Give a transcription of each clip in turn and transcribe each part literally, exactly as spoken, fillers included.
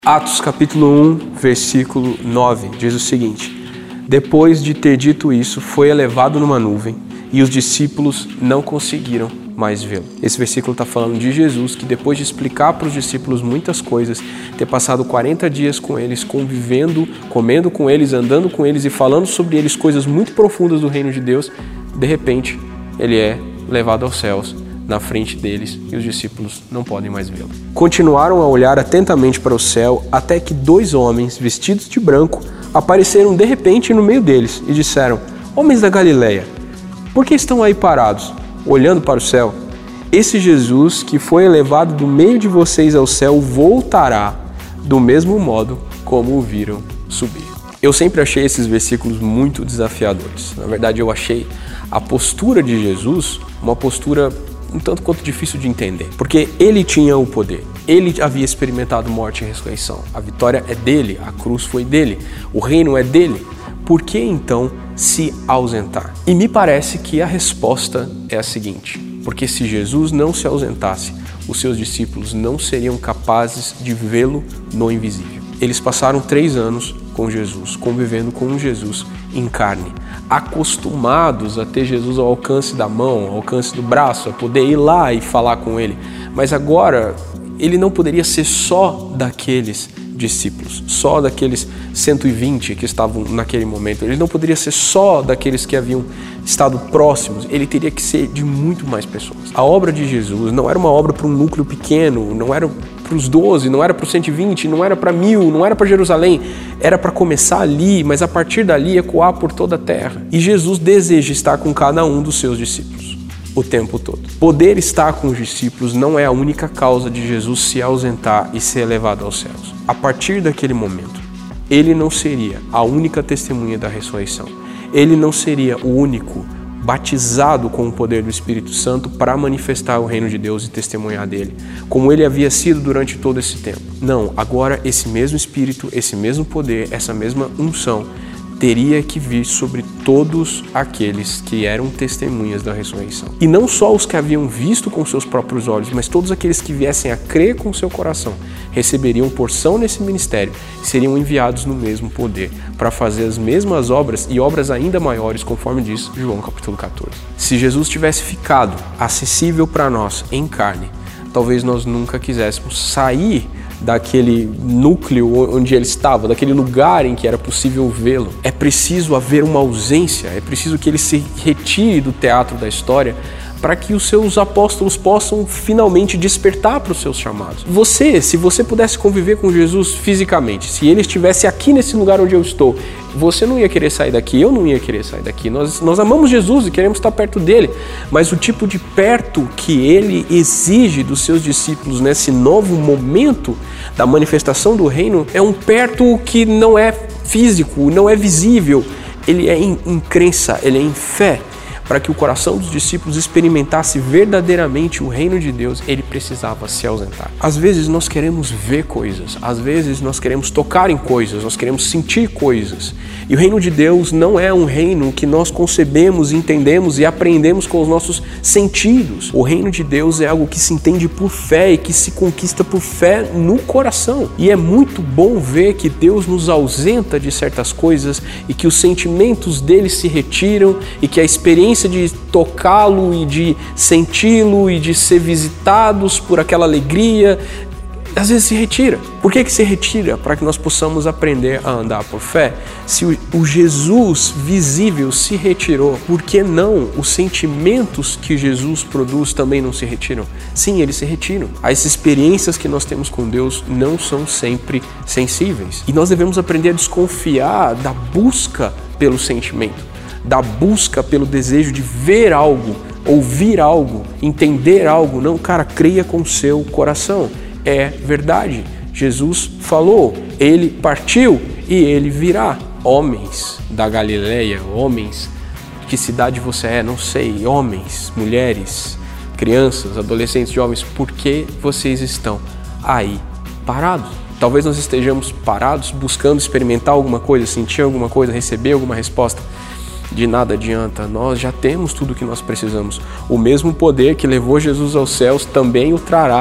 Atos capítulo um, versículo nove, diz o seguinte: depois de ter dito isso, foi elevado numa nuvem e os discípulos não conseguiram mais vê-lo. Esse versículo está falando de Jesus, que depois de explicar para os discípulos muitas coisas, ter passado quarenta dias com eles, convivendo, comendo com eles, andando com eles e falando sobre eles coisas muito profundas do reino de Deus, de repente ele é levado aos céus na frente deles e os discípulos não podem mais vê-lo. Continuaram a olhar atentamente para o céu até que dois homens vestidos de branco apareceram de repente no meio deles e disseram: homens da Galileia, por que estão aí parados, olhando para o céu? Esse Jesus que foi elevado do meio de vocês ao céu voltará do mesmo modo como o viram subir. Eu sempre achei esses versículos muito desafiadores. Na verdade, eu achei a postura de Jesus uma postura um tanto quanto difícil de entender, porque ele tinha o poder, ele havia experimentado morte e ressurreição, a vitória é dele, a cruz foi dele, o reino é dele. Por que então se ausentar? E me parece que a resposta é a seguinte: porque se Jesus não se ausentasse, os seus discípulos não seriam capazes de vê-lo no invisível. Eles passaram três anos com Jesus, convivendo com um Jesus em carne, acostumados a ter Jesus ao alcance da mão, ao alcance do braço, a poder ir lá e falar com ele. Mas agora ele não poderia ser só daqueles discípulos, só daqueles cento e vinte que estavam naquele momento. Ele não poderia ser só daqueles que haviam estado próximos, ele teria que ser de muito mais pessoas. A obra de Jesus não era uma obra para um núcleo pequeno, não era para os doze, não era para os cento e vinte, não era para mil, não era para Jerusalém, era para começar ali, mas a partir dali ecoar por toda a terra. E Jesus deseja estar com cada um dos seus discípulos o tempo todo. Poder estar com os discípulos não é a única causa de Jesus se ausentar e ser elevado aos céus. A partir daquele momento, ele não seria a única testemunha da ressurreição. Ele não seria o único batizado com o poder do Espírito Santo para manifestar o reino de Deus e testemunhar dele, como ele havia sido durante todo esse tempo. Não, agora esse mesmo Espírito, esse mesmo poder, essa mesma unção teria que vir sobre todos aqueles que eram testemunhas da ressurreição. E não só os que haviam visto com seus próprios olhos, mas todos aqueles que viessem a crer com seu coração receberiam porção nesse ministério e seriam enviados no mesmo poder para fazer as mesmas obras e obras ainda maiores, conforme diz João capítulo quatorze. Se Jesus tivesse ficado acessível para nós em carne, talvez nós nunca quiséssemos sair daquele núcleo onde ele estava, daquele lugar em que era possível vê-lo. É preciso haver uma ausência, é preciso que ele se retire do teatro da história para que os seus apóstolos possam finalmente despertar para os seus chamados. Você, se você pudesse conviver com Jesus fisicamente, se ele estivesse aqui nesse lugar onde eu estou, você não ia querer sair daqui, eu não ia querer sair daqui. Nós, nós amamos Jesus e queremos estar perto dele, mas o tipo de perto que ele exige dos seus discípulos nesse novo momento da manifestação do reino é um perto que não é físico, não é visível. Ele é em, em crença, ele é em fé. Para que o coração dos discípulos experimentasse verdadeiramente o reino de Deus, ele precisava se ausentar. Às vezes nós queremos ver coisas, às vezes nós queremos tocar em coisas, nós queremos sentir coisas. E o reino de Deus não é um reino que nós concebemos, entendemos e aprendemos com os nossos sentidos. O reino de Deus é algo que se entende por fé e que se conquista por fé no coração. E é muito bom ver que Deus nos ausenta de certas coisas e que os sentimentos dele se retiram e que a experiência de tocá-lo e de senti-lo e de ser visitados por aquela alegria, às vezes se retira. Por que que se retira? Para que nós possamos aprender a andar por fé. Se o, o Jesus visível se retirou, por que não os sentimentos que Jesus produz também não se retiram? Sim, eles se retiram. As experiências que nós temos com Deus não são sempre sensíveis. E nós devemos aprender a desconfiar da busca pelo sentimento, da busca pelo desejo de ver algo, ouvir algo, entender algo. Não, cara, creia com o seu coração. É verdade. Jesus falou, ele partiu e ele virá. Homens da Galileia, homens, que cidade você é? Não sei. Homens, mulheres, crianças, adolescentes, jovens, por que vocês estão aí parados? Talvez nós estejamos parados buscando experimentar alguma coisa, sentir alguma coisa, receber alguma resposta. De nada adianta, nós já temos tudo o que nós precisamos. O mesmo poder que levou Jesus aos céus também o trará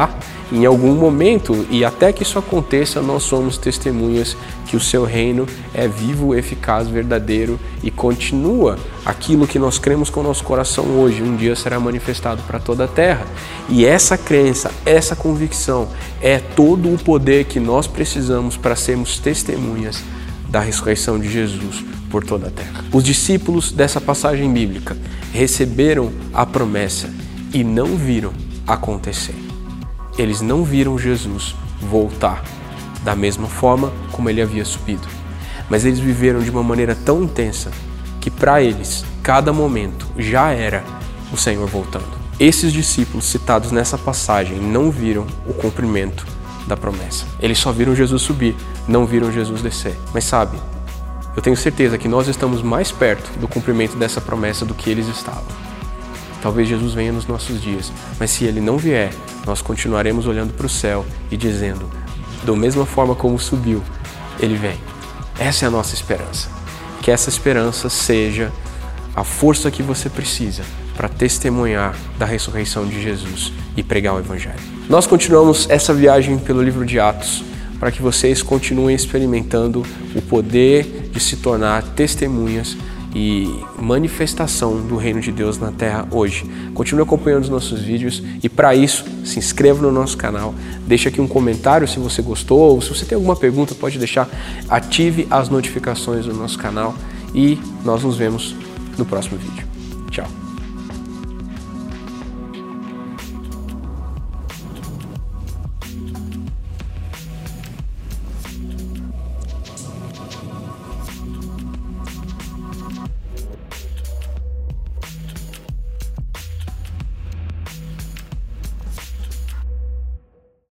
Em algum momento, e até que isso aconteça, nós somos testemunhas que o seu reino é vivo, eficaz, verdadeiro e continua. Aquilo que nós cremos com o nosso coração hoje, um dia será manifestado para toda a terra. E essa crença, essa convicção é todo o poder que nós precisamos para sermos testemunhas da ressurreição de Jesus por toda a terra. Os discípulos dessa passagem bíblica receberam a promessa e não viram acontecer. Eles não viram Jesus voltar da mesma forma como ele havia subido. Mas eles viveram de uma maneira tão intensa que para eles, cada momento já era o Senhor voltando. Esses discípulos citados nessa passagem não viram o cumprimento da promessa. Eles só viram Jesus subir, não viram Jesus descer. Mas sabe, eu tenho certeza que nós estamos mais perto do cumprimento dessa promessa do que eles estavam. Talvez Jesus venha nos nossos dias, mas se ele não vier, nós continuaremos olhando para o céu e dizendo, da mesma forma como subiu, ele vem. Essa é a nossa esperança. Que essa esperança seja a força que você precisa para testemunhar da ressurreição de Jesus e pregar o Evangelho. Nós continuamos essa viagem pelo livro de Atos para que vocês continuem experimentando o poder de se tornar testemunhas e manifestação do reino de Deus na terra hoje. Continue acompanhando os nossos vídeos e para isso se inscreva no nosso canal, deixe aqui um comentário se você gostou ou se você tem alguma pergunta pode deixar, ative as notificações do nosso canal e nós nos vemos no próximo vídeo.